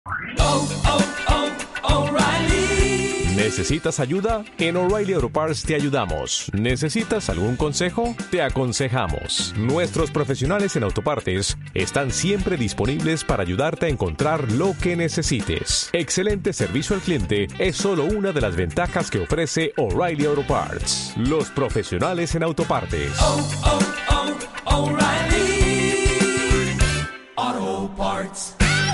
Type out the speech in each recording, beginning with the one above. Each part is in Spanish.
O'Reilly. ¿Necesitas ayuda? En O'Reilly Auto Parts te ayudamos. ¿Necesitas algún consejo? Te aconsejamos. Nuestros profesionales en autopartes están siempre disponibles para ayudarte a encontrar lo que necesites. Excelente servicio al cliente es solo una de las ventajas que ofrece O'Reilly Auto Parts. Los profesionales en autopartes. O'Reilly Auto Parts.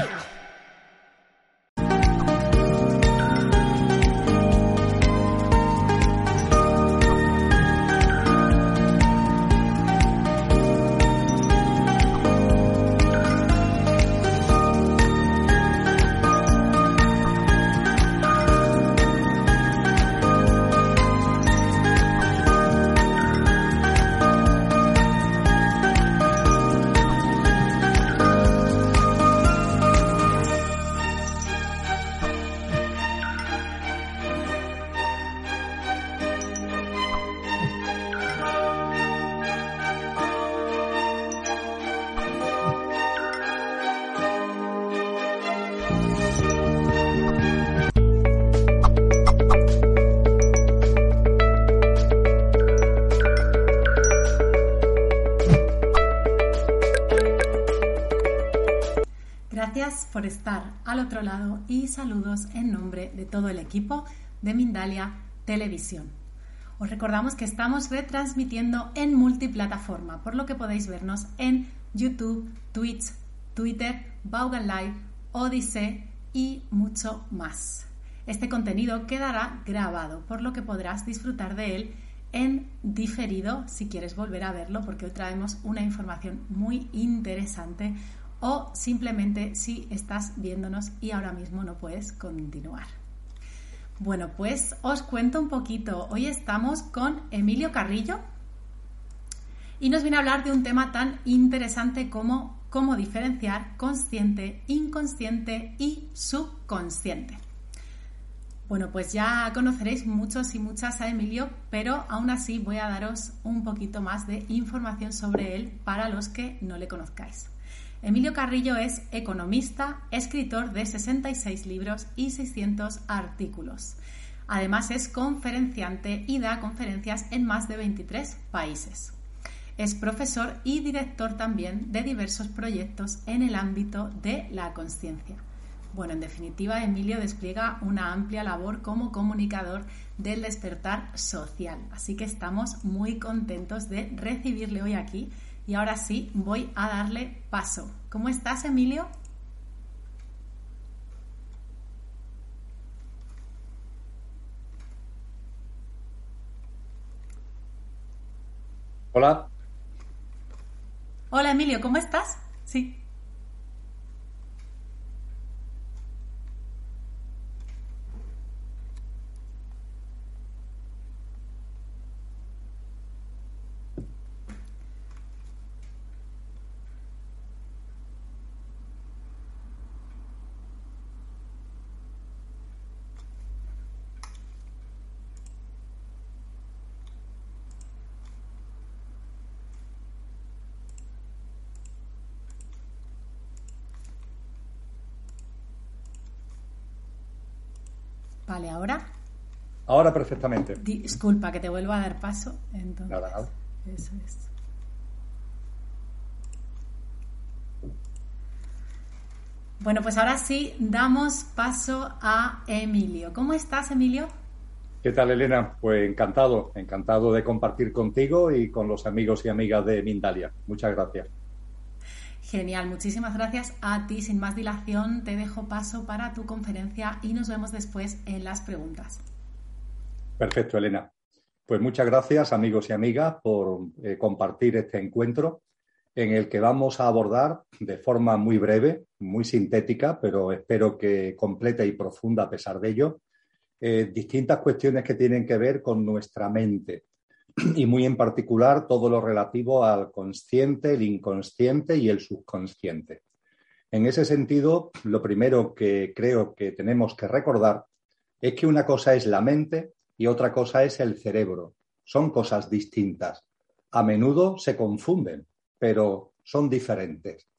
Gracias por estar al otro lado y saludos en nombre de todo el equipo de Mindalia Televisión. Os recordamos que estamos retransmitiendo en multiplataforma, por lo que podéis vernos en YouTube, Twitch, Twitter, Vaughan Live, Odyssey y mucho más. Este contenido quedará grabado, por lo que podrás disfrutar de él en diferido si quieres volver a verlo, porque hoy traemos una información muy interesante, o simplemente si estás viéndonos y ahora mismo no puedes continuar. Bueno, pues os cuento un poquito. Hoy estamos con Emilio Carrillo y nos viene a hablar de un tema tan interesante como cómo diferenciar consciente, inconsciente y subconsciente. Bueno, pues ya conoceréis muchos y muchas a Emilio, pero aún así voy a daros un poquito más de información sobre él para los que no le conozcáis. Emilio Carrillo es economista, escritor de 66 libros y 600 artículos. Además es conferenciante y da conferencias en más de 23 países. Es profesor y director también de diversos proyectos en el ámbito de la consciencia. Bueno, en definitiva, Emilio despliega una amplia labor como comunicador del despertar social. Así que estamos muy contentos de recibirle hoy aquí. Y ahora sí, voy a darle paso. ¿Cómo estás, Emilio? Hola. Hola, Emilio, ¿cómo estás? Sí. Vale, ¿ahora? Ahora perfectamente. Disculpa que te vuelvo a dar paso. Entonces, Nada. Eso es. Bueno, pues ahora sí damos paso a Emilio. ¿Cómo estás, Emilio? ¿Qué tal, Elena? Pues encantado de compartir contigo y con los amigos y amigas de Mindalia. Muchas gracias. Genial, muchísimas gracias a ti. Sin más dilación, te dejo paso para tu conferencia y nos vemos después en las preguntas. Perfecto, Elena. Pues muchas gracias, amigos y amigas, por compartir este encuentro en el que vamos a abordar de forma muy breve, muy sintética, pero espero que completa y profunda a pesar de ello, distintas cuestiones que tienen que ver con nuestra mente y muy en particular todo lo relativo al consciente, el inconsciente y el subconsciente. En ese sentido, lo primero que creo que tenemos que recordar es que una cosa es la mente y otra cosa es el cerebro. Son cosas distintas. A menudo se confunden, pero son diferentes.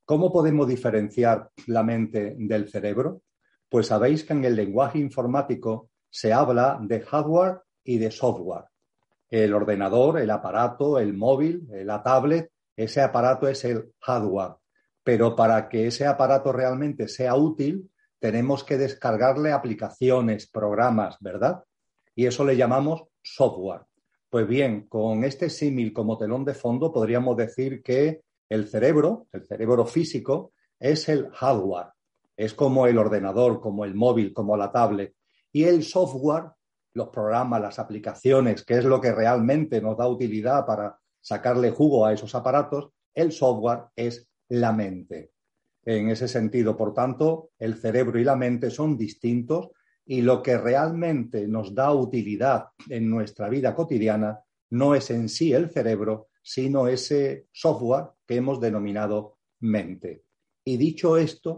¿Cómo podemos diferenciar la mente del cerebro? Pues sabéis que en el lenguaje informático se habla de hardware y de software. El ordenador, el aparato, el móvil, la tablet, ese aparato es el hardware. Pero para que ese aparato realmente sea útil, tenemos que descargarle aplicaciones, programas, ¿verdad? Y eso le llamamos software. Pues bien, con este símil como telón de fondo, podríamos decir que el cerebro físico, es el hardware. Es como el ordenador, como el móvil, como la tablet. Y el software, los programas, las aplicaciones, que es lo que realmente nos da utilidad para sacarle jugo a esos aparatos, el software es la mente. En ese sentido, por tanto, el cerebro y la mente son distintos y lo que realmente nos da utilidad en nuestra vida cotidiana no es en sí el cerebro, sino ese software que hemos denominado mente. Y dicho esto,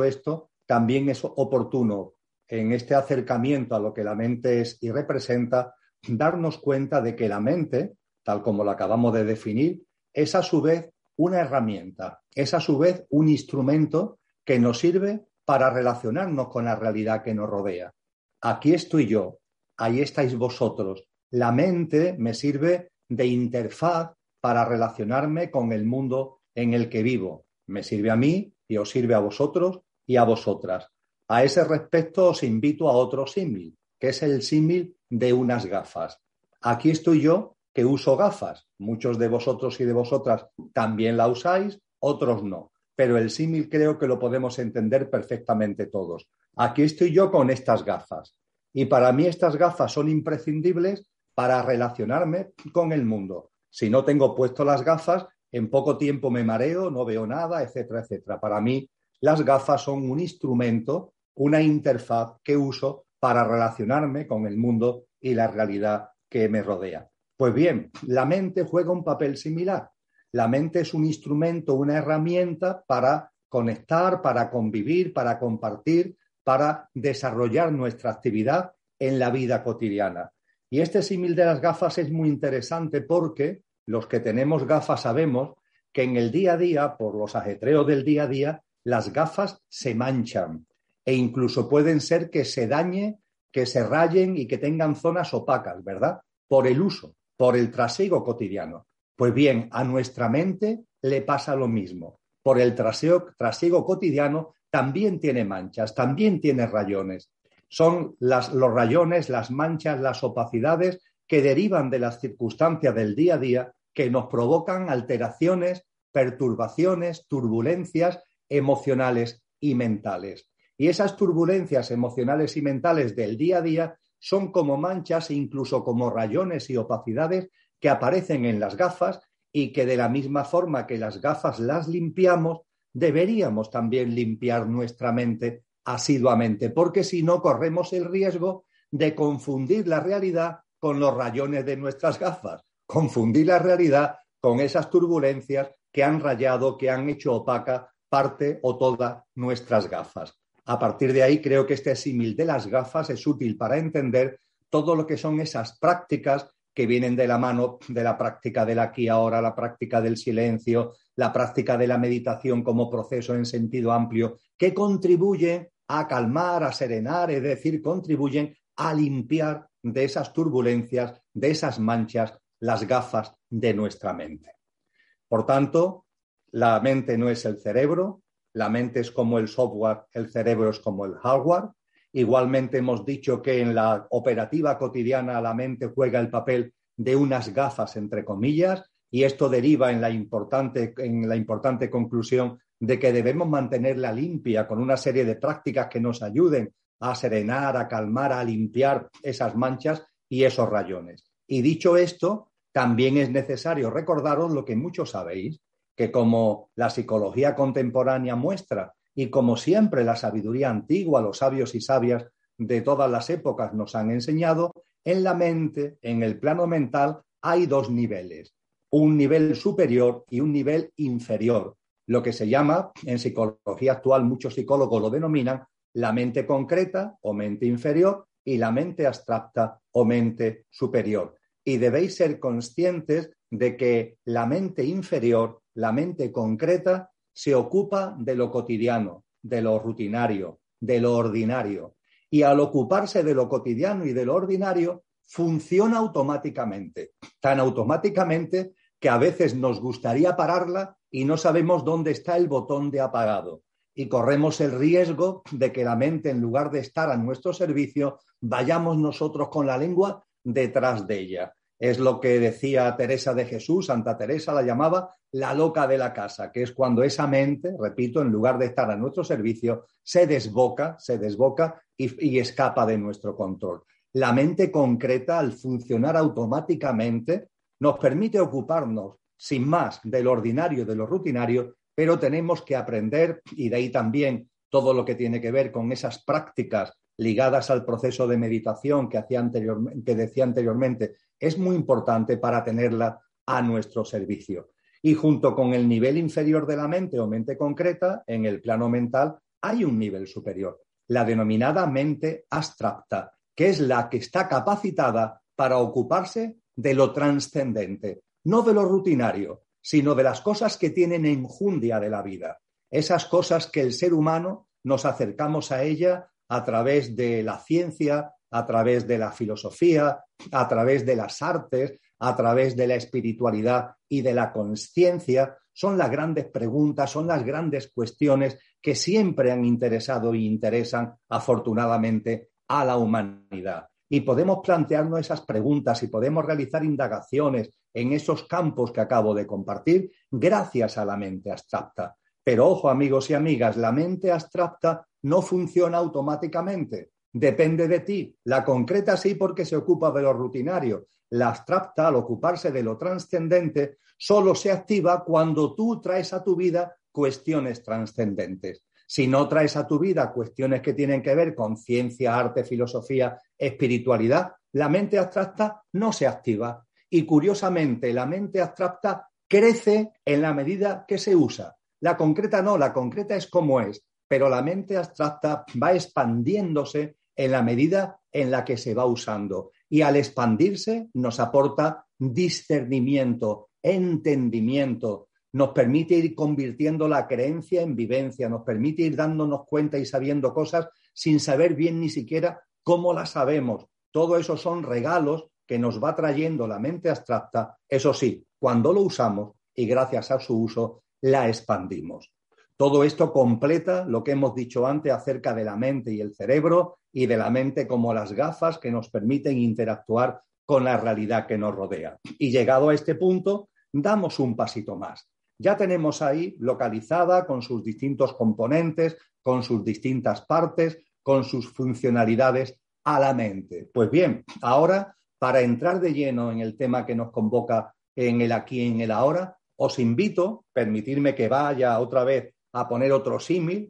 también es oportuno en este acercamiento a lo que la mente es y representa, darnos cuenta de que la mente, tal como la acabamos de definir, es a su vez una herramienta, es a su vez un instrumento que nos sirve para relacionarnos con la realidad que nos rodea. Aquí estoy yo, ahí estáis vosotros. La mente me sirve de interfaz para relacionarme con el mundo en el que vivo. Me sirve a mí y os sirve a vosotros y a vosotras. A ese respecto os invito a otro símil, que es el símil de unas gafas. Aquí estoy yo, que uso gafas. Muchos de vosotros y de vosotras también la usáis, otros no. Pero el símil creo que lo podemos entender perfectamente todos. Aquí estoy yo con estas gafas. Y para mí estas gafas son imprescindibles para relacionarme con el mundo. Si no tengo puesto las gafas, en poco tiempo me mareo, no veo nada, etcétera, etcétera. Para mí, las gafas son un instrumento, una interfaz que uso para relacionarme con el mundo y la realidad que me rodea. Pues bien, la mente juega un papel similar. La mente es un instrumento, una herramienta para conectar, para convivir, para compartir, para desarrollar nuestra actividad en la vida cotidiana. Y este símil de las gafas es muy interesante porque los que tenemos gafas sabemos que en el día a día, por los ajetreos del día a día, las gafas se manchan e incluso pueden ser que se dañen, que se rayen y que tengan zonas opacas, ¿verdad? Por el uso, por el trasiego cotidiano. Pues bien, a nuestra mente le pasa lo mismo. Por el trasiego cotidiano también tiene manchas, también tiene rayones. Son los rayones, las manchas, las opacidades que derivan de las circunstancias del día a día que nos provocan alteraciones, perturbaciones, turbulencias emocionales y mentales. Y esas turbulencias emocionales y mentales del día a día son como manchas e incluso como rayones y opacidades que aparecen en las gafas y que de la misma forma que las gafas las limpiamos, deberíamos también limpiar nuestra mente asiduamente, porque si no corremos el riesgo de confundir la realidad con los rayones de nuestras gafas, confundir la realidad con esas turbulencias que han rayado, que han hecho opaca parte o todas nuestras gafas. A partir de ahí creo que este símil de las gafas es útil para entender todo lo que son esas prácticas que vienen de la mano de la práctica del aquí y ahora, la práctica del silencio, la práctica de la meditación como proceso en sentido amplio, que contribuyen a calmar, a serenar, es decir, contribuyen a limpiar de esas turbulencias, de esas manchas, las gafas de nuestra mente. Por tanto, la mente no es el cerebro, la mente es como el software, el cerebro es como el hardware. Igualmente hemos dicho que en la operativa cotidiana la mente juega el papel de unas gafas, entre comillas, y esto deriva en la importante conclusión de que debemos mantenerla limpia con una serie de prácticas que nos ayuden a serenar, a calmar, a limpiar esas manchas y esos rayones. Y dicho esto, también es necesario recordaros lo que muchos sabéis, que como la psicología contemporánea muestra y como siempre la sabiduría antigua, los sabios y sabias de todas las épocas nos han enseñado, en la mente, en el plano mental, hay dos niveles, un nivel superior y un nivel inferior, lo que se llama, en psicología actual, muchos psicólogos lo denominan la mente concreta o mente inferior y la mente abstracta o mente superior. Y debéis ser conscientes de que la mente inferior, la mente concreta, se ocupa de lo cotidiano, de lo rutinario, de lo ordinario. Y al ocuparse de lo cotidiano y de lo ordinario, funciona automáticamente. Tan automáticamente que a veces nos gustaría pararla y no sabemos dónde está el botón de apagado. Y corremos el riesgo de que la mente, en lugar de estar a nuestro servicio, vayamos nosotros con la lengua detrás de ella. Es lo que decía Teresa de Jesús, Santa Teresa la llamaba la loca de la casa, que es cuando esa mente, repito, en lugar de estar a nuestro servicio, se desboca y escapa de nuestro control. La mente concreta, al funcionar automáticamente, nos permite ocuparnos sin más de lo ordinario, de lo rutinario, pero tenemos que aprender, y de ahí también todo lo que tiene que ver con esas prácticas ligadas al proceso de meditación que decía anteriormente, es muy importante para tenerla a nuestro servicio. Y junto con el nivel inferior de la mente o mente concreta, en el plano mental hay un nivel superior, la denominada mente abstracta, que es la que está capacitada para ocuparse de lo trascendente, no de lo rutinario, sino de las cosas que tienen enjundia de la vida, esas cosas que el ser humano nos acercamos a ella a través de la ciencia, a través de la filosofía, a través de las artes, a través de la espiritualidad y de la consciencia. Son las grandes preguntas, son las grandes cuestiones que siempre han interesado y interesan, afortunadamente, a la humanidad. Y podemos plantearnos esas preguntas y podemos realizar indagaciones en esos campos que acabo de compartir gracias a la mente abstracta. Pero ojo, amigos y amigas, la mente abstracta no funciona automáticamente. Depende de ti. La concreta sí, porque se ocupa de lo rutinario. La abstracta, al ocuparse de lo trascendente, solo se activa cuando tú traes a tu vida cuestiones trascendentes. Si no traes a tu vida cuestiones que tienen que ver con ciencia, arte, filosofía, espiritualidad, la mente abstracta no se activa. Y curiosamente, la mente abstracta crece en la medida que se usa. La concreta no, la concreta es como es, pero la mente abstracta va expandiéndose en la medida en la que se va usando. Y al expandirse nos aporta discernimiento, entendimiento, nos permite ir convirtiendo la creencia en vivencia, nos permite ir dándonos cuenta y sabiendo cosas sin saber bien ni siquiera cómo las sabemos. Todo eso son regalos que nos va trayendo la mente abstracta, eso sí, cuando lo usamos y gracias a su uso la expandimos. Todo esto completa lo que hemos dicho antes acerca de la mente y el cerebro y de la mente como las gafas que nos permiten interactuar con la realidad que nos rodea. Y llegado a este punto, damos un pasito más. Ya tenemos ahí localizada con sus distintos componentes, con sus distintas partes, con sus funcionalidades a la mente. Pues bien, ahora, para entrar de lleno en el tema que nos convoca en el aquí y en el ahora, os invito, permitirme que vaya otra vez a poner otro símil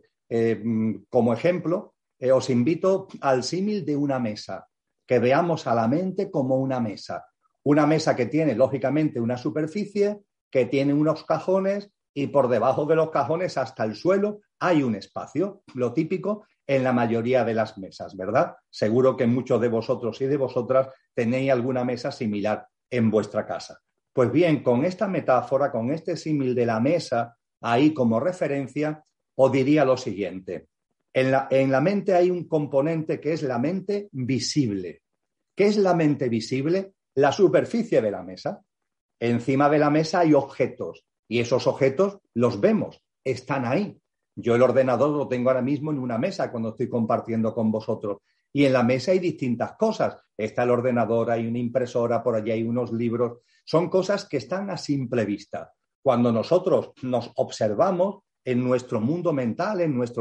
como ejemplo, os invito al símil de una mesa, que veamos a la mente como una mesa que tiene, lógicamente, una superficie, que tiene unos cajones y por debajo de los cajones hasta el suelo hay un espacio, lo típico en la mayoría de las mesas, ¿verdad? Seguro que muchos de vosotros y de vosotras tenéis alguna mesa similar en vuestra casa. Pues bien, con esta metáfora, con este símil de la mesa ahí como referencia, os diría lo siguiente. En la mente hay un componente que es la mente visible. ¿Qué es la mente visible? La superficie de la mesa. Encima de la mesa hay objetos y esos objetos los vemos, están ahí. Yo el ordenador lo tengo ahora mismo en una mesa cuando estoy compartiendo con vosotros y en la mesa hay distintas cosas. Está el ordenador, hay una impresora, por allí hay unos libros. Son cosas que están a simple vista. Cuando nosotros nos observamos en nuestro mundo mental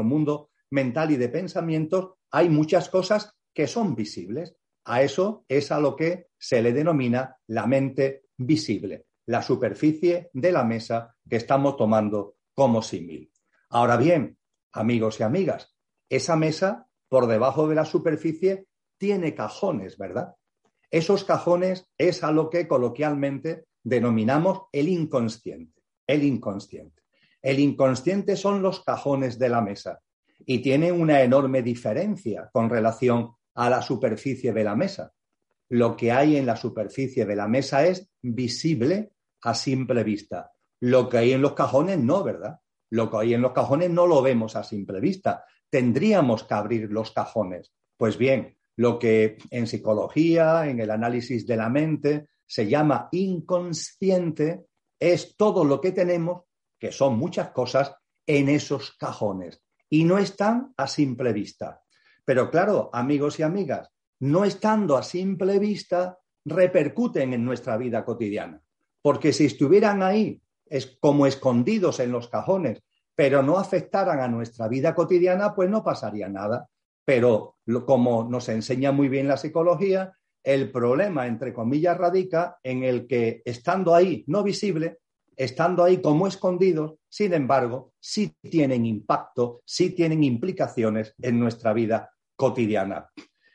y de pensamientos, hay muchas cosas que son visibles. A eso es a lo que se le denomina la mente visible, la superficie de la mesa que estamos tomando como símil. Ahora bien, amigos y amigas, esa mesa por debajo de la superficie tiene cajones, ¿verdad? Esos cajones es a lo que coloquialmente denominamos el inconsciente. El inconsciente. El inconsciente son los cajones de la mesa y tiene una enorme diferencia con relación a la superficie de la mesa. Lo que hay en la superficie de la mesa es visible a simple vista. Lo que hay en los cajones no, ¿verdad? Lo que hay en los cajones no lo vemos a simple vista. Tendríamos que abrir los cajones. Pues bien, lo que en psicología, en el análisis de la mente, se llama inconsciente, es todo lo que tenemos, que son muchas cosas, en esos cajones. Y no están a simple vista. Pero claro, amigos y amigas, no estando a simple vista, repercuten en nuestra vida cotidiana. Porque si estuvieran ahí, es como escondidos en los cajones, pero no afectaran a nuestra vida cotidiana, pues no pasaría nada. Pero como nos enseña muy bien la psicología, el problema, entre comillas, radica en el que estando ahí no visible, estando ahí como escondidos, sin embargo, sí tienen impacto, sí tienen implicaciones en nuestra vida cotidiana.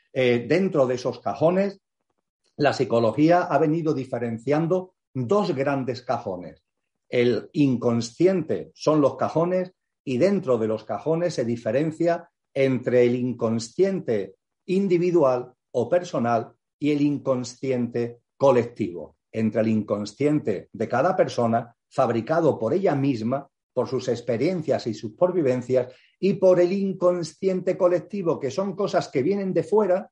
Dentro de esos cajones, la psicología ha venido diferenciando dos grandes cajones. El inconsciente son los cajones y dentro de los cajones se diferencia entre el inconsciente individual o personal y el inconsciente colectivo. Entre el inconsciente de cada persona, fabricado por ella misma, por sus experiencias y sus vivencias, y por el inconsciente colectivo, que son cosas que vienen de fuera,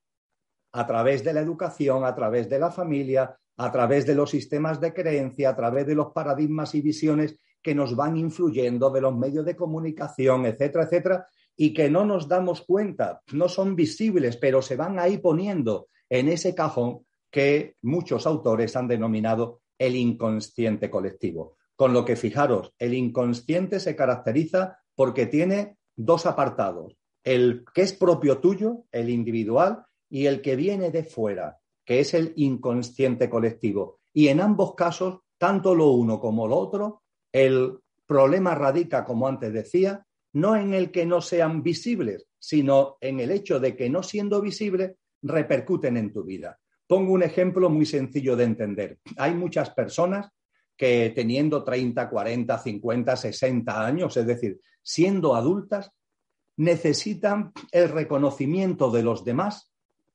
a través de la educación, a través de la familia, a través de los sistemas de creencia, a través de los paradigmas y visiones que nos van influyendo, de los medios de comunicación, etcétera, etcétera, y que no nos damos cuenta, no son visibles, pero se van ahí poniendo en ese cajón que muchos autores han denominado el inconsciente colectivo. Con lo que, fijaros, el inconsciente se caracteriza porque tiene dos apartados, el que es propio tuyo, el individual, y el que viene de fuera, que es el inconsciente colectivo. Y en ambos casos, tanto lo uno como lo otro, el problema radica, como antes decía, no en el que no sean visibles, sino en el hecho de que no siendo visibles repercuten en tu vida. Pongo un ejemplo muy sencillo de entender. Hay muchas personas que teniendo 30, 40, 50, 60 años, es decir, siendo adultas, necesitan el reconocimiento de los demás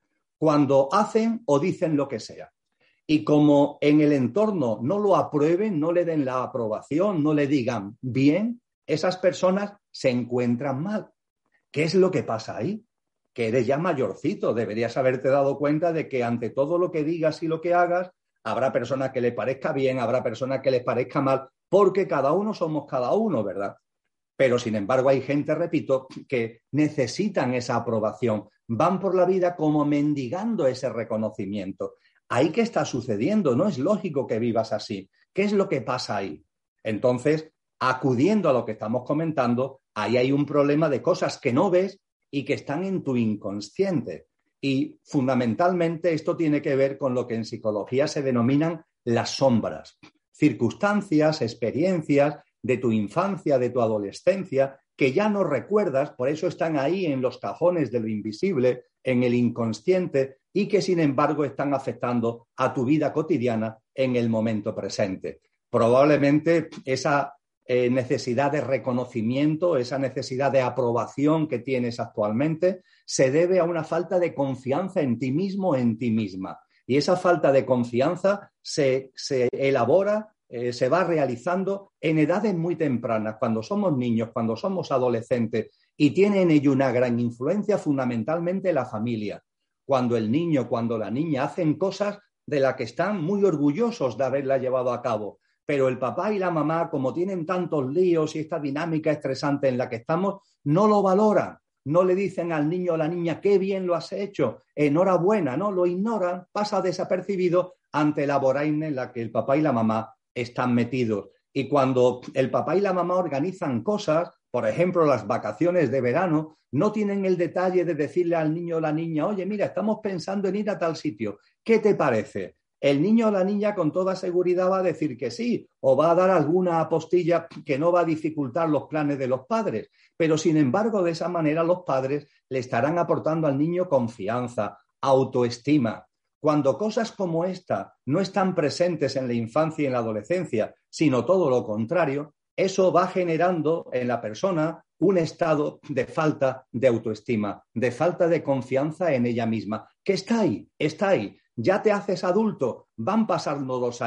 cuando hacen o dicen lo que sea. Y como en el entorno no lo aprueben, no le den la aprobación, no le digan bien, esas personas se encuentran mal. ¿Qué es lo que pasa ahí? Que eres ya mayorcito, deberías haberte dado cuenta de que ante todo lo que digas y lo que hagas, habrá personas que les parezca bien, habrá personas que les parezca mal, porque cada uno somos cada uno, ¿verdad? Pero, sin embargo, hay gente, repito, que necesitan esa aprobación, van por la vida como mendigando ese reconocimiento. ¿Ahí qué está sucediendo? No es lógico que vivas así. ¿Qué es lo que pasa ahí? Entonces, acudiendo a lo que estamos comentando, ahí hay un problema de cosas que no ves y que están en tu inconsciente. Y fundamentalmente esto tiene que ver con lo que en psicología se denominan las sombras, circunstancias, experiencias de tu infancia, de tu adolescencia, que ya no recuerdas, por eso están ahí en los cajones de lo invisible, en el inconsciente, y que sin embargo están afectando a tu vida cotidiana en el momento presente. Probablemente esa necesidad de reconocimiento, esa necesidad de aprobación que tienes actualmente, se debe a una falta de confianza en ti mismo, en ti misma. Y esa falta de confianza se elabora, se va realizando en edades muy tempranas, cuando somos niños, cuando somos adolescentes, y tiene en ello una gran influencia fundamentalmente la familia. Cuando el niño, cuando la niña hacen cosas de las que están muy orgullosos de haberla llevado a cabo, pero el papá y la mamá, como tienen tantos líos y esta dinámica estresante en la que estamos, no lo valoran. No le dicen al niño o la niña qué bien lo has hecho, enhorabuena, no, lo ignoran, pasa desapercibido ante la vorágine en la que el papá y la mamá están metidos. Y cuando el papá y la mamá organizan cosas, por ejemplo, las vacaciones de verano, no tienen el detalle de decirle al niño o la niña, oye, mira, estamos pensando en ir a tal sitio, ¿qué te parece? El niño o la niña con toda seguridad va a decir que sí, o va a dar alguna apostilla que no va a dificultar los planes de los padres. Pero, sin embargo, de esa manera los padres le estarán aportando al niño confianza, autoestima. Cuando cosas como esta no están presentes en la infancia y en la adolescencia, sino todo lo contrario, eso va generando en la persona un estado de falta de autoestima, de falta de confianza en ella misma, que está ahí, está ahí. Ya te haces adulto, van pasando 2 años,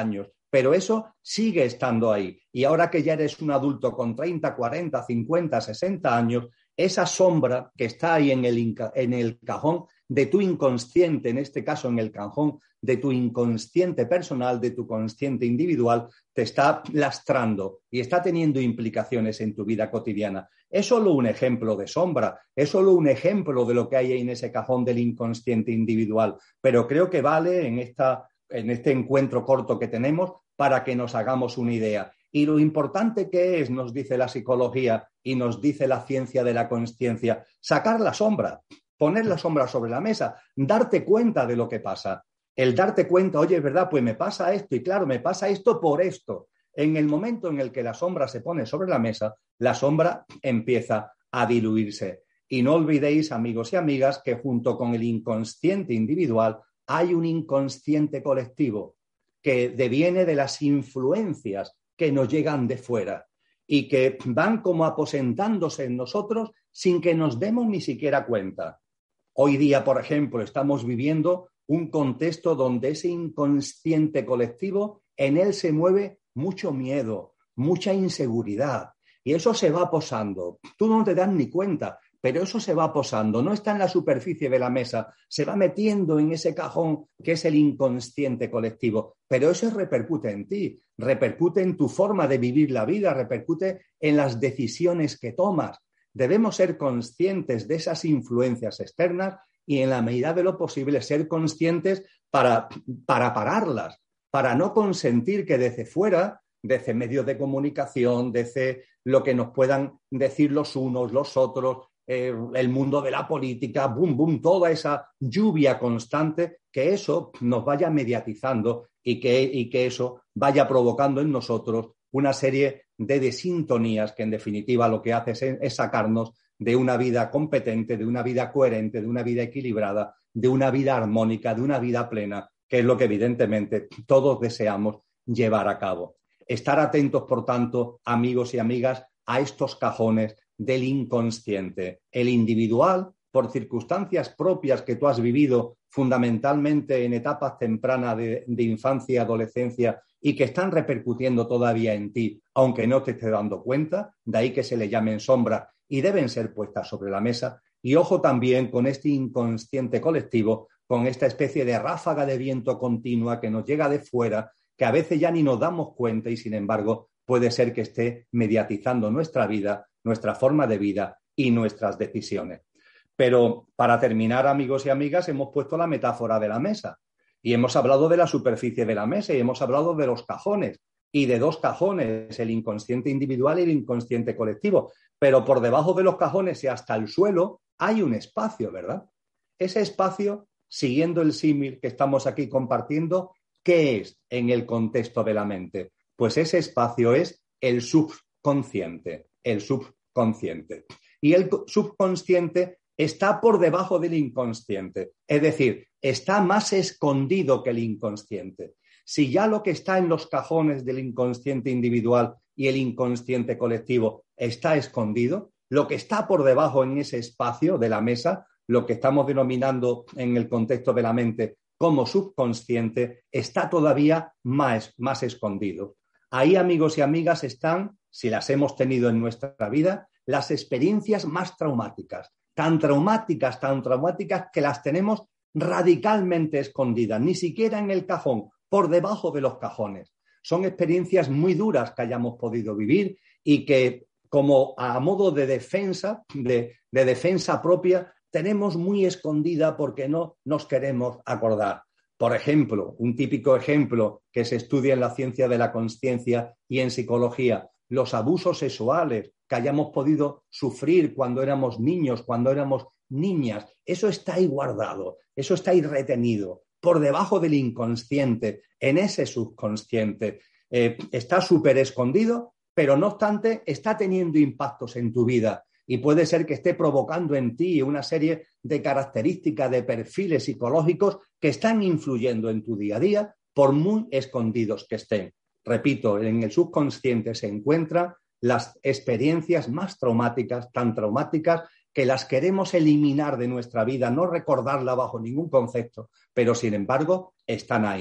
pero eso sigue estando ahí. Y ahora que ya eres un adulto con 30, 40, 50, 60 años, esa sombra que está ahí en el cajón de tu inconsciente, en este caso en el cajón de tu inconsciente personal, de tu consciente individual, te está lastrando y está teniendo implicaciones en tu vida cotidiana. Es solo un ejemplo de sombra, es solo un ejemplo de lo que hay en ese cajón del inconsciente individual, pero creo que vale en este encuentro corto que tenemos para que nos hagamos una idea. Y lo importante que es, nos dice la psicología y nos dice la ciencia de la consciencia, sacar la sombra, poner la sombra sobre la mesa, darte cuenta de lo que pasa. El darte cuenta, oye, es verdad, pues me pasa esto y claro, me pasa esto por esto. En el momento en el que la sombra se pone sobre la mesa, la sombra empieza a diluirse. Y no olvidéis, amigos y amigas, que junto con el inconsciente individual hay un inconsciente colectivo que deviene de las influencias que nos llegan de fuera y que van como aposentándose en nosotros sin que nos demos ni siquiera cuenta. Hoy día, por ejemplo, estamos viviendo un contexto donde ese inconsciente colectivo, en él se mueve mucho miedo, mucha inseguridad, y eso se va posando. Tú no te das ni cuenta, pero eso se va posando, no está en la superficie de la mesa, se va metiendo en ese cajón que es el inconsciente colectivo, pero eso repercute en ti, repercute en tu forma de vivir la vida, repercute en las decisiones que tomas. Debemos ser conscientes de esas influencias externas y en la medida de lo posible ser conscientes para pararlas, para no consentir que desde fuera, desde medios de comunicación, desde lo que nos puedan decir los unos, los otros, el mundo de la política, toda esa lluvia constante, que eso nos vaya mediatizando y que eso vaya provocando en nosotros una serie de desintonías que en definitiva lo que hace es sacarnos de una vida competente, de una vida coherente, de una vida equilibrada, de una vida armónica, de una vida plena, que es lo que evidentemente todos deseamos llevar a cabo. Estar atentos, por tanto, amigos y amigas, a estos cajones del inconsciente. El individual, por circunstancias propias que tú has vivido fundamentalmente en etapas tempranas de infancia y adolescencia y que están repercutiendo todavía en ti, aunque no te estés dando cuenta, de ahí que se le llamen sombras y deben ser puestas sobre la mesa. Y ojo también con este inconsciente colectivo, con esta especie de ráfaga de viento continua que nos llega de fuera, que a veces ya ni nos damos cuenta y sin embargo puede ser que esté mediatizando nuestra vida, nuestra forma de vida y nuestras decisiones. Pero para terminar, amigos y amigas, hemos puesto la metáfora de la mesa y hemos hablado de la superficie de la mesa y hemos hablado de los cajones y de dos cajones, el inconsciente individual y el inconsciente colectivo. Pero por debajo de los cajones y hasta el suelo hay un espacio, ¿verdad? Ese espacio, siguiendo el símil que estamos aquí compartiendo, ¿qué es en el contexto de la mente? Pues ese espacio es el subconsciente, el subconsciente. Y el subconsciente está por debajo del inconsciente, es decir, está más escondido que el inconsciente. Si ya lo que está en los cajones del inconsciente individual y el inconsciente colectivo está escondido, lo que está por debajo en ese espacio de la mesa, lo que estamos denominando en el contexto de la mente como subconsciente, está todavía más escondido. Ahí, amigos y amigas, están, si las hemos tenido en nuestra vida, las experiencias más traumáticas, tan traumáticas que las tenemos radicalmente escondidas, ni siquiera en el cajón, por debajo de los cajones. Son experiencias muy duras que hayamos podido vivir y que, como a modo de defensa, de defensa propia, tenemos muy escondida porque no nos queremos acordar. Por ejemplo, un típico ejemplo que se estudia en la ciencia de la consciencia y en psicología, los abusos sexuales que hayamos podido sufrir cuando éramos niños, cuando éramos niñas, eso está ahí guardado, eso está ahí retenido, por debajo del inconsciente, en ese subconsciente. Está súper escondido, pero no obstante está teniendo impactos en tu vida y puede ser que esté provocando en ti una serie de características, de perfiles psicológicos que están influyendo en tu día a día, por muy escondidos que estén. Repito, en el subconsciente se encuentran las experiencias más traumáticas, tan traumáticas que las queremos eliminar de nuestra vida, no recordarla bajo ningún concepto, pero sin embargo están ahí.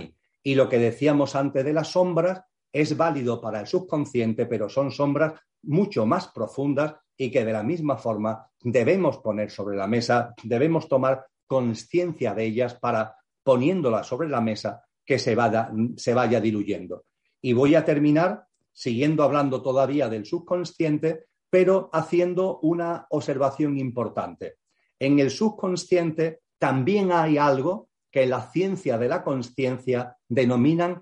Y lo que decíamos antes de las sombras es válido para el subconsciente, pero son sombras mucho más profundas y que de la misma forma debemos poner sobre la mesa, debemos tomar conciencia de ellas para, poniéndolas sobre la mesa, que se vaya diluyendo. Y voy a terminar siguiendo hablando todavía del subconsciente, pero haciendo una observación importante. En el subconsciente también hay algo que en la ciencia de la consciencia denominan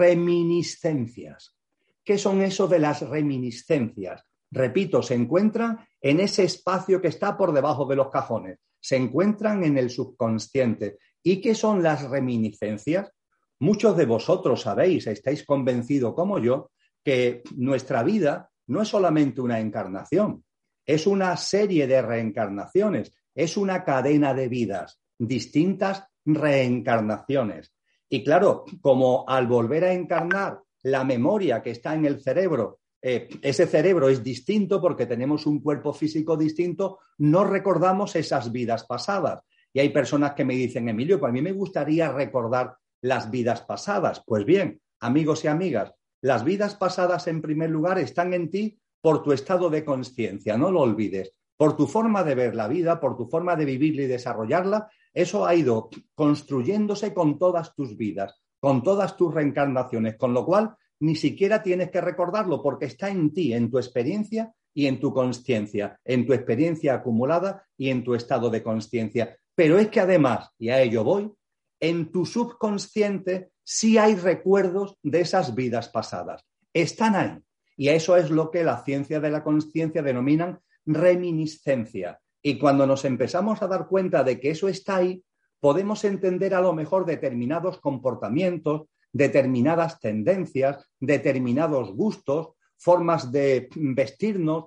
reminiscencias. ¿Qué son eso de las reminiscencias? Repito, se encuentran en ese espacio que está por debajo de los cajones, se encuentran en el subconsciente. ¿Y qué son las reminiscencias? Muchos de vosotros sabéis, estáis convencidos como yo, que nuestra vida no es solamente una encarnación, es una serie de reencarnaciones, es una cadena de vidas, distintas reencarnaciones. Y claro, como al volver a encarnar la memoria que está en el cerebro, ese cerebro es distinto porque tenemos un cuerpo físico distinto, no recordamos esas vidas pasadas. Y hay personas que me dicen, Emilio, pues a mí me gustaría recordar las vidas pasadas. Pues bien, amigos y amigas, las vidas pasadas en primer lugar están en ti por tu estado de conciencia, no lo olvides, por tu forma de ver la vida, por tu forma de vivirla y desarrollarla. Eso ha ido construyéndose con todas tus vidas, con todas tus reencarnaciones, con lo cual ni siquiera tienes que recordarlo porque está en ti, en tu experiencia y en tu consciencia, en tu experiencia acumulada y en tu estado de consciencia. Pero es que además, y a ello voy, en tu subconsciente sí hay recuerdos de esas vidas pasadas. Están ahí. Y eso es lo que la ciencia de la consciencia denominan reminiscencia. Y cuando nos empezamos a dar cuenta de que eso está ahí, podemos entender a lo mejor determinados comportamientos, determinadas tendencias, determinados gustos, formas de vestirnos,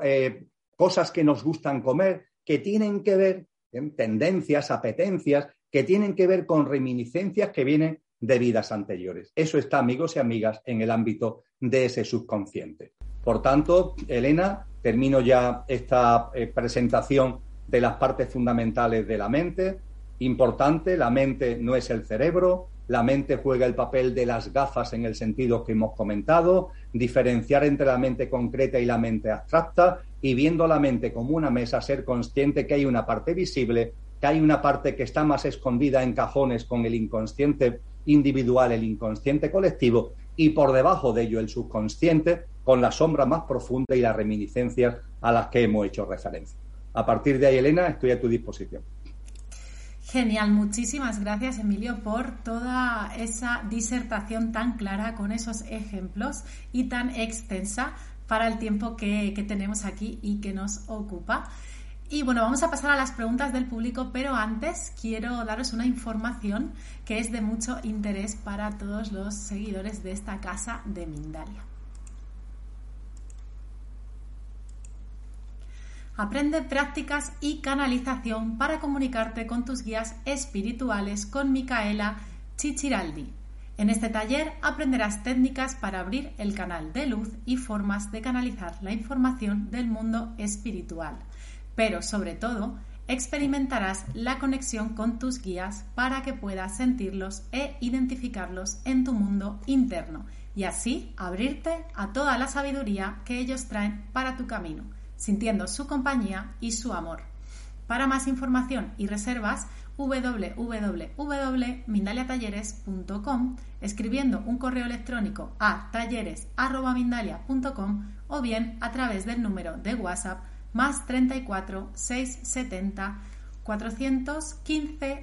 cosas que nos gustan comer, que tienen que ver, tendencias, apetencias, que tienen que ver con reminiscencias que vienen de vidas anteriores. Eso está, amigos y amigas, en el ámbito de ese subconsciente. Por tanto, Elena, termino ya esta presentación de las partes fundamentales de la mente. Importante, la mente no es el cerebro, la mente juega el papel de las gafas en el sentido que hemos comentado, diferenciar entre la mente concreta y la mente abstracta y viendo la mente como una mesa, ser consciente que hay una parte visible, que hay una parte que está más escondida en cajones con el inconsciente individual, el inconsciente colectivo, y por debajo de ello el subconsciente con la sombra más profunda y las reminiscencias a las que hemos hecho referencia. A partir de ahí, Elena, estoy a tu disposición. Genial, muchísimas gracias, Emilio, por toda esa disertación tan clara con esos ejemplos y tan extensa para el tiempo que tenemos aquí y que nos ocupa. Y bueno, vamos a pasar a las preguntas del público, pero antes quiero daros una información que es de mucho interés para todos los seguidores de esta casa de Mindalia. Aprende prácticas y canalización para comunicarte con tus guías espirituales con Micaela Chichiraldi. En este taller aprenderás técnicas para abrir el canal de luz y formas de canalizar la información del mundo espiritual. Pero sobre todo, experimentarás la conexión con tus guías para que puedas sentirlos e identificarlos en tu mundo interno y así abrirte a toda la sabiduría que ellos traen para tu camino, sintiendo su compañía y su amor. Para más información y reservas, www.mindaliatalleres.com, escribiendo un correo electrónico a talleres@mindalia.com o bien a través del número de WhatsApp más 34 670 415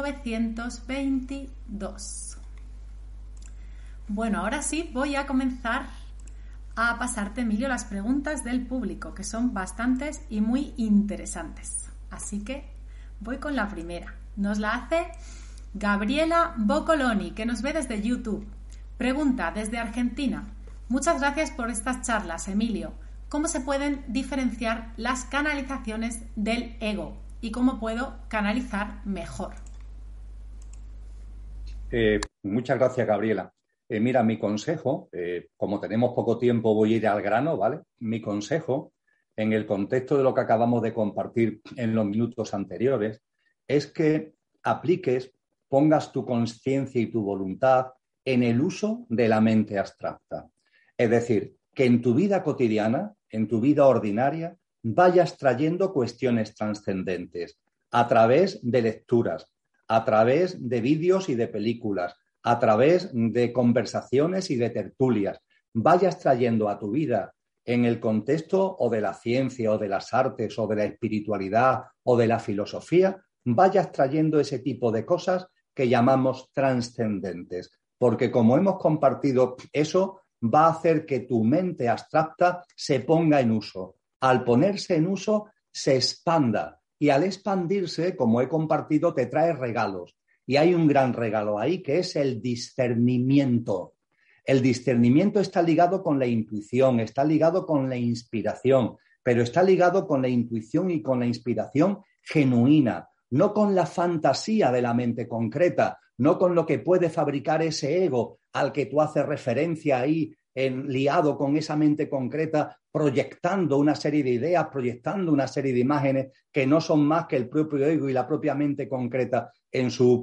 922. Bueno, ahora sí voy a comenzar a pasarte, Emilio, las preguntas del público, que son bastantes y muy interesantes. Así que voy con la primera. Nos la hace Gabriela Boccoloni, que nos ve desde YouTube. Pregunta desde Argentina. Muchas gracias por estas charlas, Emilio. ¿Cómo se pueden diferenciar las canalizaciones del ego? ¿Y cómo puedo canalizar mejor? Muchas gracias, Gabriela. Mira, mi consejo, como tenemos poco tiempo, voy a ir al grano, ¿vale? Mi consejo, en el contexto de lo que acabamos de compartir en los minutos anteriores, es que apliques, pongas tu conciencia y tu voluntad en el uso de la mente abstracta. Es decir, que en tu vida cotidiana, en tu vida ordinaria, vayas trayendo cuestiones trascendentes a través de lecturas, a través de vídeos y de películas, a través de conversaciones y de tertulias. Vayas trayendo a tu vida en el contexto o de la ciencia o de las artes o de la espiritualidad o de la filosofía, vayas trayendo ese tipo de cosas que llamamos trascendentes. Porque como hemos compartido, eso va a hacer que tu mente abstracta se ponga en uso. Al ponerse en uso, se expanda. Y al expandirse, como he compartido, te trae regalos. Y hay un gran regalo ahí que es el discernimiento. El discernimiento está ligado con la intuición, está ligado con la inspiración, pero está ligado con la intuición y con la inspiración genuina, no con la fantasía de la mente concreta, no con lo que puede fabricar ese ego al que tú haces referencia ahí, liado con esa mente concreta, proyectando una serie de ideas, proyectando una serie de imágenes que no son más que el propio ego y la propia mente concreta en su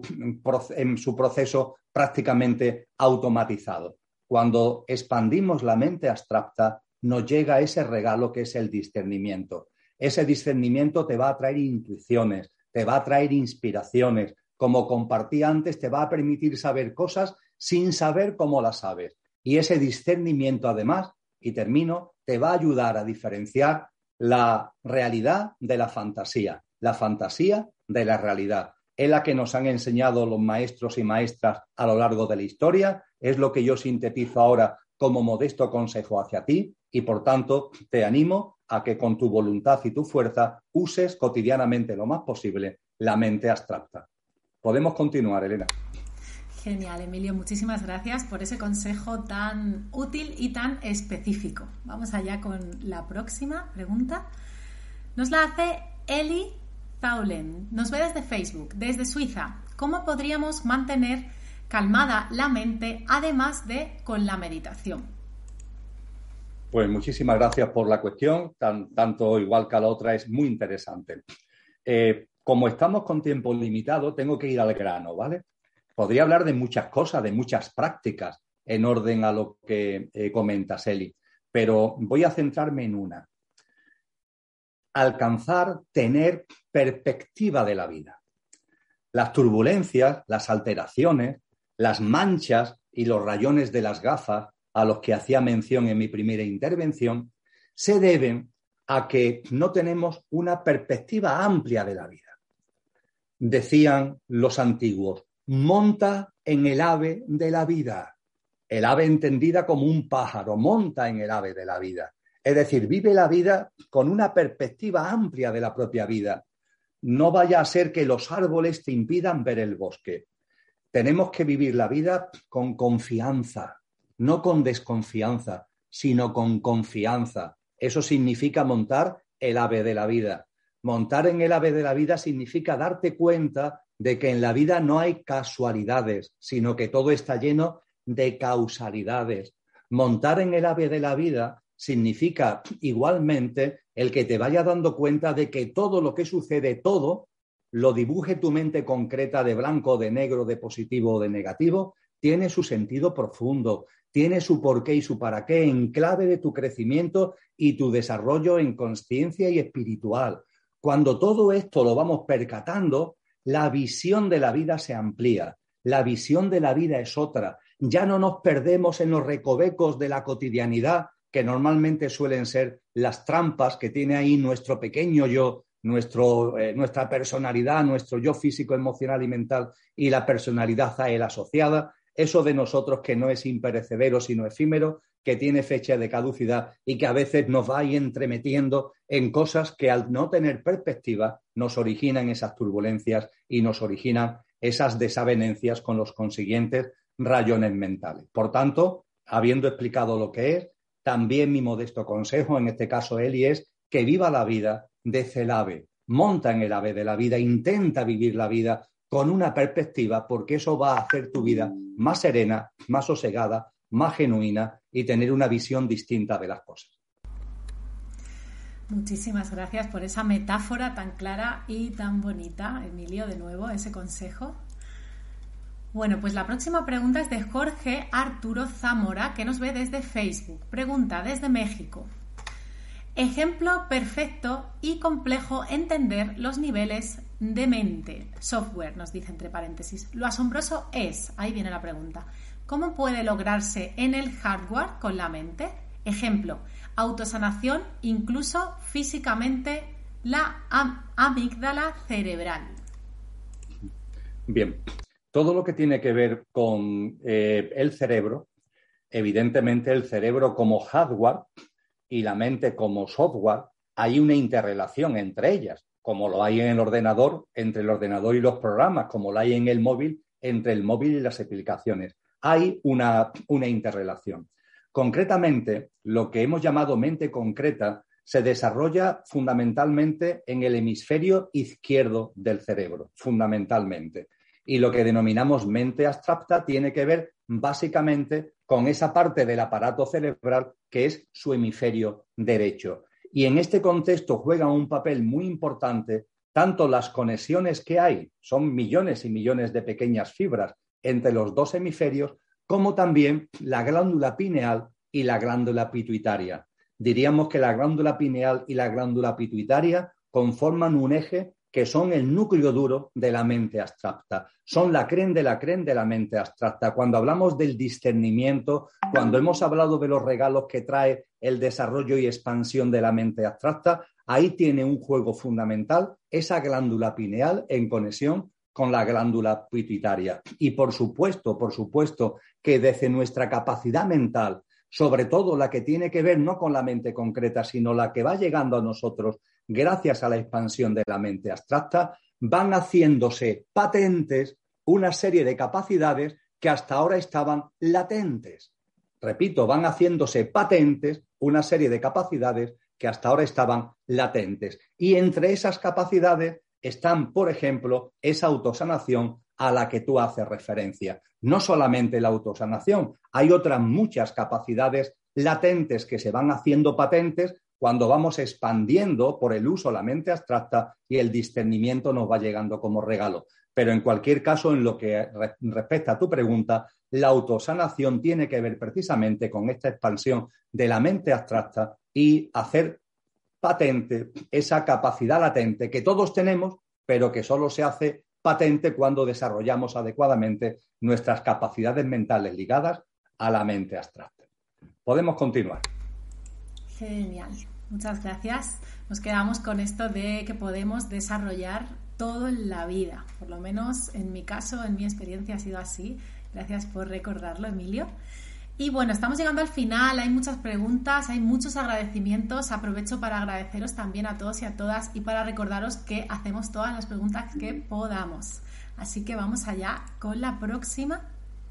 proceso prácticamente automatizado. Cuando expandimos la mente abstracta, nos llega ese regalo que es el discernimiento. Ese discernimiento te va a traer intuiciones, te va a traer inspiraciones. Como compartí antes, te va a permitir saber cosas sin saber cómo las sabes. Y ese discernimiento, además, y termino, te va a ayudar a diferenciar la realidad de la fantasía de la realidad. Es la que nos han enseñado los maestros y maestras a lo largo de la historia, es lo que yo sintetizo ahora como modesto consejo hacia ti y, por tanto, te animo a que con tu voluntad y tu fuerza uses cotidianamente lo más posible la mente abstracta. Podemos continuar, Elena. Genial, Emilio. Muchísimas gracias por ese consejo tan útil y tan específico. Vamos allá con la próxima pregunta. Nos la hace Eli Paulen. Nos ve desde Facebook, desde Suiza. ¿Cómo podríamos mantener calmada la mente, además de con la meditación? Pues muchísimas gracias por la cuestión. Tanto igual que a la otra, es muy interesante. Como estamos con tiempo limitado, tengo que ir al grano, ¿vale? Podría hablar de muchas cosas, de muchas prácticas en orden a lo que comentas, Eli, pero voy a centrarme en una. Alcanzar, tener perspectiva de la vida. Las turbulencias, las alteraciones, las manchas y los rayones de las gafas a los que hacía mención en mi primera intervención se deben a que no tenemos una perspectiva amplia de la vida. Decían los antiguos, monta en el ave de la vida. El ave entendida como un pájaro, monta en el ave de la vida. Es decir, vive la vida con una perspectiva amplia de la propia vida. No vaya a ser que los árboles te impidan ver el bosque. Tenemos que vivir la vida con confianza, no con desconfianza, sino con confianza. Eso significa montar el ave de la vida. Montar en el ave de la vida significa darte cuenta de que en la vida no hay casualidades, sino que todo está lleno de causalidades. Montar en el ave de la vida significa igualmente el que te vaya dando cuenta de que todo lo que sucede, todo, lo dibuje tu mente concreta de blanco, de negro, de positivo o de negativo, tiene su sentido profundo, tiene su porqué y su para qué en clave de tu crecimiento y tu desarrollo en consciencia y espiritual. Cuando todo esto lo vamos percatando, la visión de la vida se amplía, la visión de la vida es otra. Ya no nos perdemos en los recovecos de la cotidianidad, que normalmente suelen ser las trampas que tiene ahí nuestro pequeño yo, nuestra personalidad, nuestro yo físico, emocional y mental y la personalidad a él asociada. Eso de nosotros que no es imperecedero sino efímero, que tiene fecha de caducidad y que a veces nos va ahí entremetiendo en cosas que al no tener perspectiva nos originan esas turbulencias y nos originan esas desavenencias con los consiguientes rayones mentales. Por tanto, habiendo explicado lo que es, también mi modesto consejo, en este caso Eli, es que viva la vida desde el ave, monta en el ave de la vida, intenta vivir la vida con una perspectiva, porque eso va a hacer tu vida más serena, más sosegada, más genuina y tener una visión distinta de las cosas. Muchísimas gracias por esa metáfora tan clara y tan bonita, Emilio, de nuevo, ese consejo. Bueno, pues la próxima pregunta es de Jorge Arturo Zamora, que nos ve desde Facebook. Pregunta desde México. Ejemplo perfecto y complejo entender los niveles de mente. Software, nos dice entre paréntesis. Lo asombroso es, ahí viene la pregunta, ¿cómo puede lograrse en el hardware con la mente? Ejemplo, autosanación, incluso físicamente, la amígdala cerebral. Bien, todo lo que tiene que ver con el cerebro, evidentemente el cerebro como hardware y la mente como software, hay una interrelación entre ellas, como lo hay en el ordenador, entre el ordenador y los programas, como lo hay en el móvil, entre el móvil y las aplicaciones. Hay una interrelación. Concretamente, lo que hemos llamado mente concreta se desarrolla fundamentalmente en el hemisferio izquierdo del cerebro, fundamentalmente. Y lo que denominamos mente abstracta tiene que ver básicamente con esa parte del aparato cerebral que es su hemisferio derecho. Y en este contexto juega un papel muy importante tanto las conexiones que hay, son millones y millones de pequeñas fibras entre los dos hemisferios, como también la glándula pineal y la glándula pituitaria. Diríamos que la glándula pineal y la glándula pituitaria conforman un eje que son el núcleo duro de la mente abstracta. Son la crén de la mente abstracta. Cuando hablamos del discernimiento, cuando hemos hablado de los regalos que trae el desarrollo y expansión de la mente abstracta, ahí tiene un juego fundamental esa glándula pineal en conexión con la glándula pituitaria. Y por supuesto que desde nuestra capacidad mental, sobre todo la que tiene que ver no con la mente concreta, sino la que va llegando a nosotros gracias a la expansión de la mente abstracta, van haciéndose patentes una serie de capacidades que hasta ahora estaban latentes. Repito, van haciéndose patentes una serie de capacidades que hasta ahora estaban latentes. Y entre esas capacidades están, por ejemplo, esa autosanación a la que tú haces referencia. No solamente la autosanación, hay otras muchas capacidades latentes que se van haciendo patentes cuando vamos expandiendo por el uso la mente abstracta y el discernimiento nos va llegando como regalo. Pero en cualquier caso, en lo que respecta a tu pregunta, la autosanación tiene que ver precisamente con esta expansión de la mente abstracta y hacer patente esa capacidad latente que todos tenemos, pero que solo se hace patente cuando desarrollamos adecuadamente nuestras capacidades mentales ligadas a la mente abstracta. Podemos continuar. Genial, muchas gracias. Nos quedamos con esto de que podemos desarrollar todo en la vida. Por lo menos en mi caso, en mi experiencia ha sido así. Gracias por recordarlo, Emilio. Y bueno, estamos llegando al final, hay muchas preguntas, hay muchos agradecimientos. Aprovecho para agradeceros también a todos y a todas y para recordaros que hacemos todas las preguntas que podamos. Así que vamos allá con la próxima.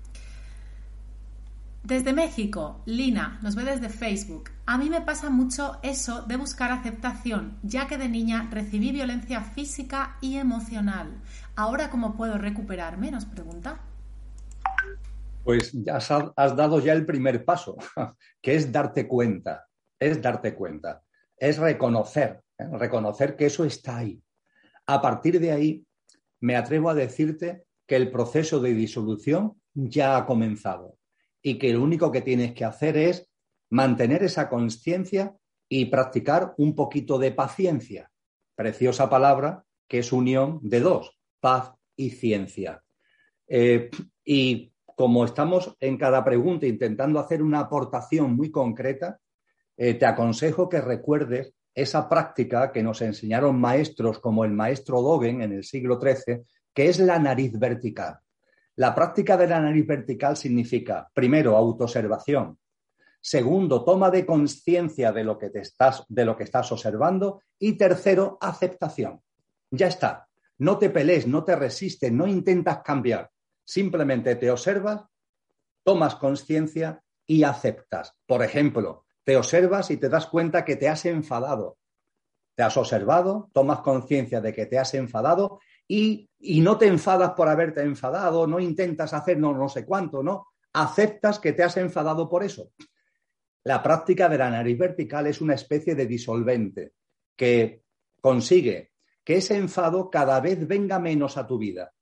Desde México, Lina nos ve desde Facebook. A mí me pasa mucho eso de buscar aceptación, ya que de niña recibí violencia física y emocional. ¿Ahora cómo puedo recuperarme?, nos pregunta. Pues ya has dado ya el primer paso, que es darte cuenta, es reconocer que eso está ahí. A partir de ahí, me atrevo a decirte que el proceso de disolución ya ha comenzado y que lo único que tienes que hacer es mantener esa consciencia y practicar un poquito de paciencia. Preciosa palabra que es unión de dos, paz y ciencia. Y como estamos en cada pregunta intentando hacer una aportación muy concreta, te aconsejo que recuerdes esa práctica que nos enseñaron maestros como el maestro Dogen en el siglo XIII, que es la nariz vertical. La práctica de la nariz vertical significa, primero, autoobservación. Segundo, toma de conciencia de lo que estás observando. Y tercero, aceptación. Ya está. No te pelees, no te resistes, no intentas cambiar. Simplemente te observas, tomas conciencia y aceptas. Por ejemplo, te observas y te das cuenta que te has enfadado. Te has observado, tomas conciencia de que te has enfadado y no te enfadas por haberte enfadado, no intentas hacer no sé cuánto, ¿no? Aceptas que te has enfadado por eso. La práctica de la nariz vertical es una especie de disolvente que consigue que ese enfado cada vez venga menos a tu vida.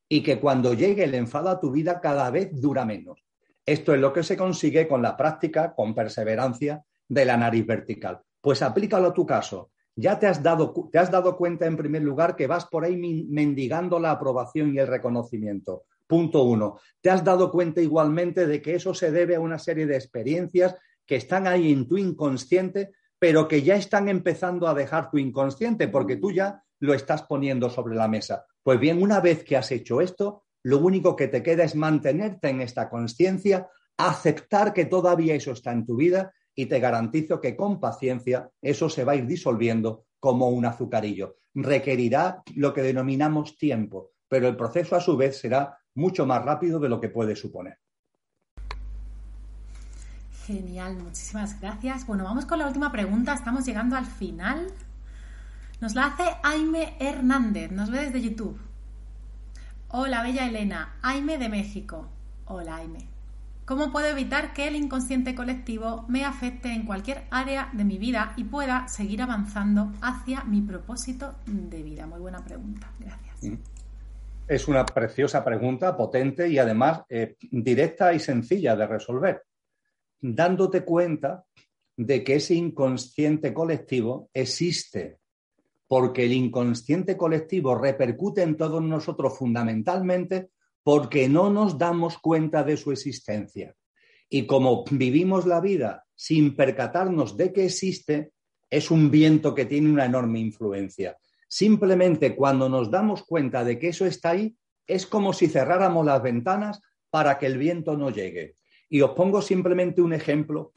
y que cuando llegue el enfado a tu vida cada vez dura menos. Esto es lo que se consigue con la práctica, con perseverancia de la nariz vertical. Pues aplícalo a tu caso. Ya te has dado cuenta, en primer lugar, que vas por ahí mendigando la aprobación y el reconocimiento. Punto 1. Te has dado cuenta igualmente de que eso se debe a una serie de experiencias que están ahí en tu inconsciente, pero que ya están empezando a dejar tu inconsciente porque tú ya lo estás poniendo sobre la mesa. Pues bien, una vez que has hecho esto, lo único que te queda es mantenerte en esta consciencia, aceptar que todavía eso está en tu vida y te garantizo que con paciencia eso se va a ir disolviendo como un azucarillo. Requerirá lo que denominamos tiempo, pero el proceso a su vez será mucho más rápido de lo que puede suponer. Genial, muchísimas gracias. Bueno, vamos con la última pregunta, estamos llegando al final. Nos la hace Aime Hernández, nos ve desde YouTube. Hola, bella Elena, Aime de México. Hola, Aime. ¿Cómo puedo evitar que el inconsciente colectivo me afecte en cualquier área de mi vida y pueda seguir avanzando hacia mi propósito de vida? Muy buena pregunta, gracias. Es una preciosa pregunta, potente y además directa y sencilla de resolver. Dándote cuenta de que ese inconsciente colectivo existe, porque el inconsciente colectivo repercute en todos nosotros fundamentalmente porque no nos damos cuenta de su existencia. Y como vivimos la vida sin percatarnos de que existe, es un viento que tiene una enorme influencia. Simplemente cuando nos damos cuenta de que eso está ahí, es como si cerráramos las ventanas para que el viento no llegue. Y os pongo simplemente un ejemplo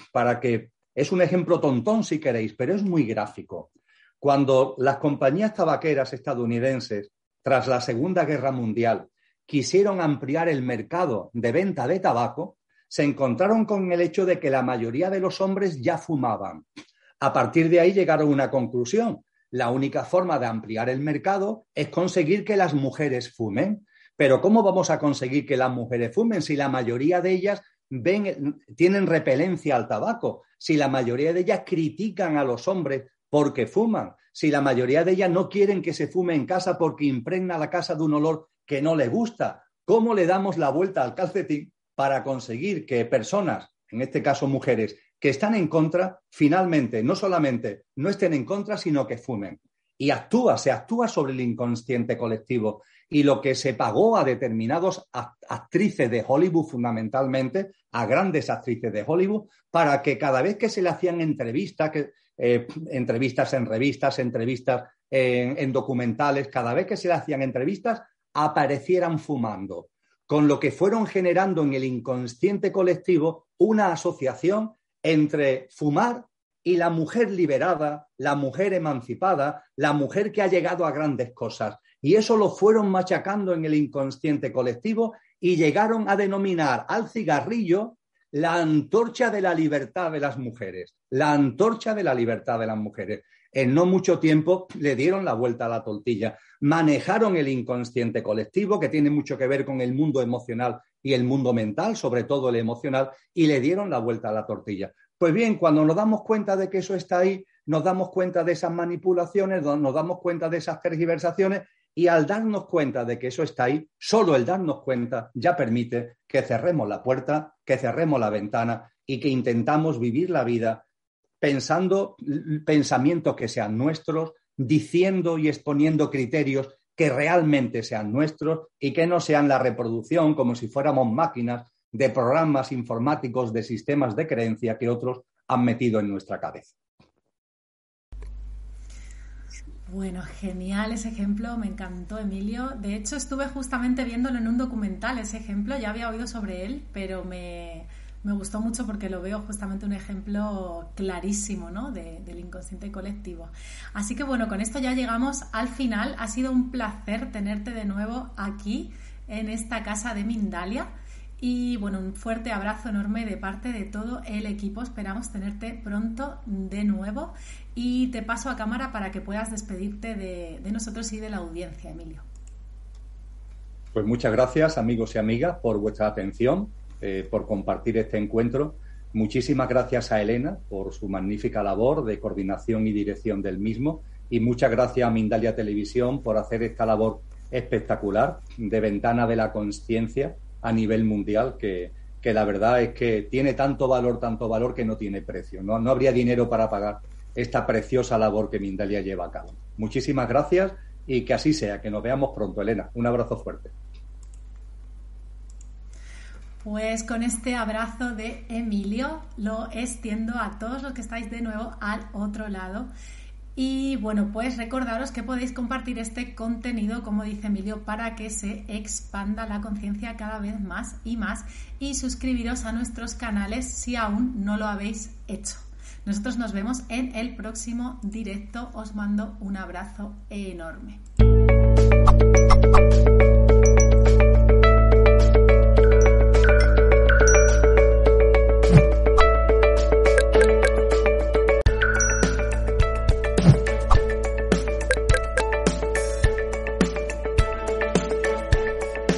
es un ejemplo tontón si queréis, pero es muy gráfico. Cuando las compañías tabaqueras estadounidenses, tras la Segunda Guerra Mundial, quisieron ampliar el mercado de venta de tabaco, se encontraron con el hecho de que la mayoría de los hombres ya fumaban. A partir de ahí llegaron a una conclusión. La única forma de ampliar el mercado es conseguir que las mujeres fumen. Pero ¿cómo vamos a conseguir que las mujeres fumen si la mayoría de ellas tienen repelencia al tabaco? Si la mayoría de ellas critican a los hombres porque fuman, si la mayoría de ellas no quieren que se fume en casa porque impregna la casa de un olor que no le gusta. ¿Cómo le damos la vuelta al calcetín para conseguir que personas, en este caso mujeres, que están en contra, finalmente no solamente no estén en contra, sino que fumen? Y se actúa sobre el inconsciente colectivo. Y lo que se pagó a determinadas actrices de Hollywood, fundamentalmente, a grandes actrices de Hollywood, para que cada vez que se le hacían entrevistas en revistas, entrevistas en documentales, cada vez que se le hacían entrevistas, aparecieran fumando, con lo que fueron generando en el inconsciente colectivo una asociación entre fumar y la mujer liberada, la mujer emancipada, la mujer que ha llegado a grandes cosas. Y eso lo fueron machacando en el inconsciente colectivo y llegaron a denominar al cigarrillo la antorcha de la libertad de las mujeres. La antorcha de la libertad de las mujeres. En no mucho tiempo le dieron la vuelta a la tortilla. Manejaron el inconsciente colectivo, que tiene mucho que ver con el mundo emocional y el mundo mental, sobre todo el emocional, y le dieron la vuelta a la tortilla. Pues bien, cuando nos damos cuenta de que eso está ahí, nos damos cuenta de esas manipulaciones, nos damos cuenta de esas tergiversaciones, y al darnos cuenta de que eso está ahí, solo el darnos cuenta ya permite que cerremos la puerta, que cerremos la ventana y que intentamos vivir la vida pensando pensamientos que sean nuestros, diciendo y exponiendo criterios que realmente sean nuestros y que no sean la reproducción, como si fuéramos máquinas, de programas informáticos, de sistemas de creencia que otros han metido en nuestra cabeza. Bueno, genial ese ejemplo, me encantó, Emilio. De hecho, estuve justamente viéndolo en un documental, ese ejemplo, ya había oído sobre él, pero me gustó mucho porque lo veo justamente un ejemplo clarísimo, ¿no?, del inconsciente colectivo. Así que bueno, con esto ya llegamos al final. Ha sido un placer tenerte de nuevo aquí en esta casa de Mindalia. Y bueno, un fuerte abrazo enorme de parte de todo el equipo. Esperamos tenerte pronto de nuevo. Y te paso a cámara para que puedas despedirte de nosotros y de la audiencia, Emilio. Pues muchas gracias, amigos y amigas, por vuestra atención, por compartir este encuentro. Muchísimas gracias a Elena por su magnífica labor de coordinación y dirección del mismo. Y muchas gracias a Mindalia Televisión por hacer esta labor espectacular de ventana de la consciencia a nivel mundial que la verdad es que tiene tanto valor que no tiene precio. No habría dinero para pagar esta preciosa labor que Mindalia lleva a cabo. Muchísimas gracias y que así sea, que nos veamos pronto, Elena. Un abrazo fuerte. Pues con este abrazo de Emilio lo extiendo a todos los que estáis de nuevo al otro lado. Y bueno, pues recordaros que podéis compartir este contenido, como dice Emilio, para que se expanda la conciencia cada vez más y suscribiros a nuestros canales si aún no lo habéis hecho. Nosotros nos vemos en el próximo directo. Os mando un abrazo enorme.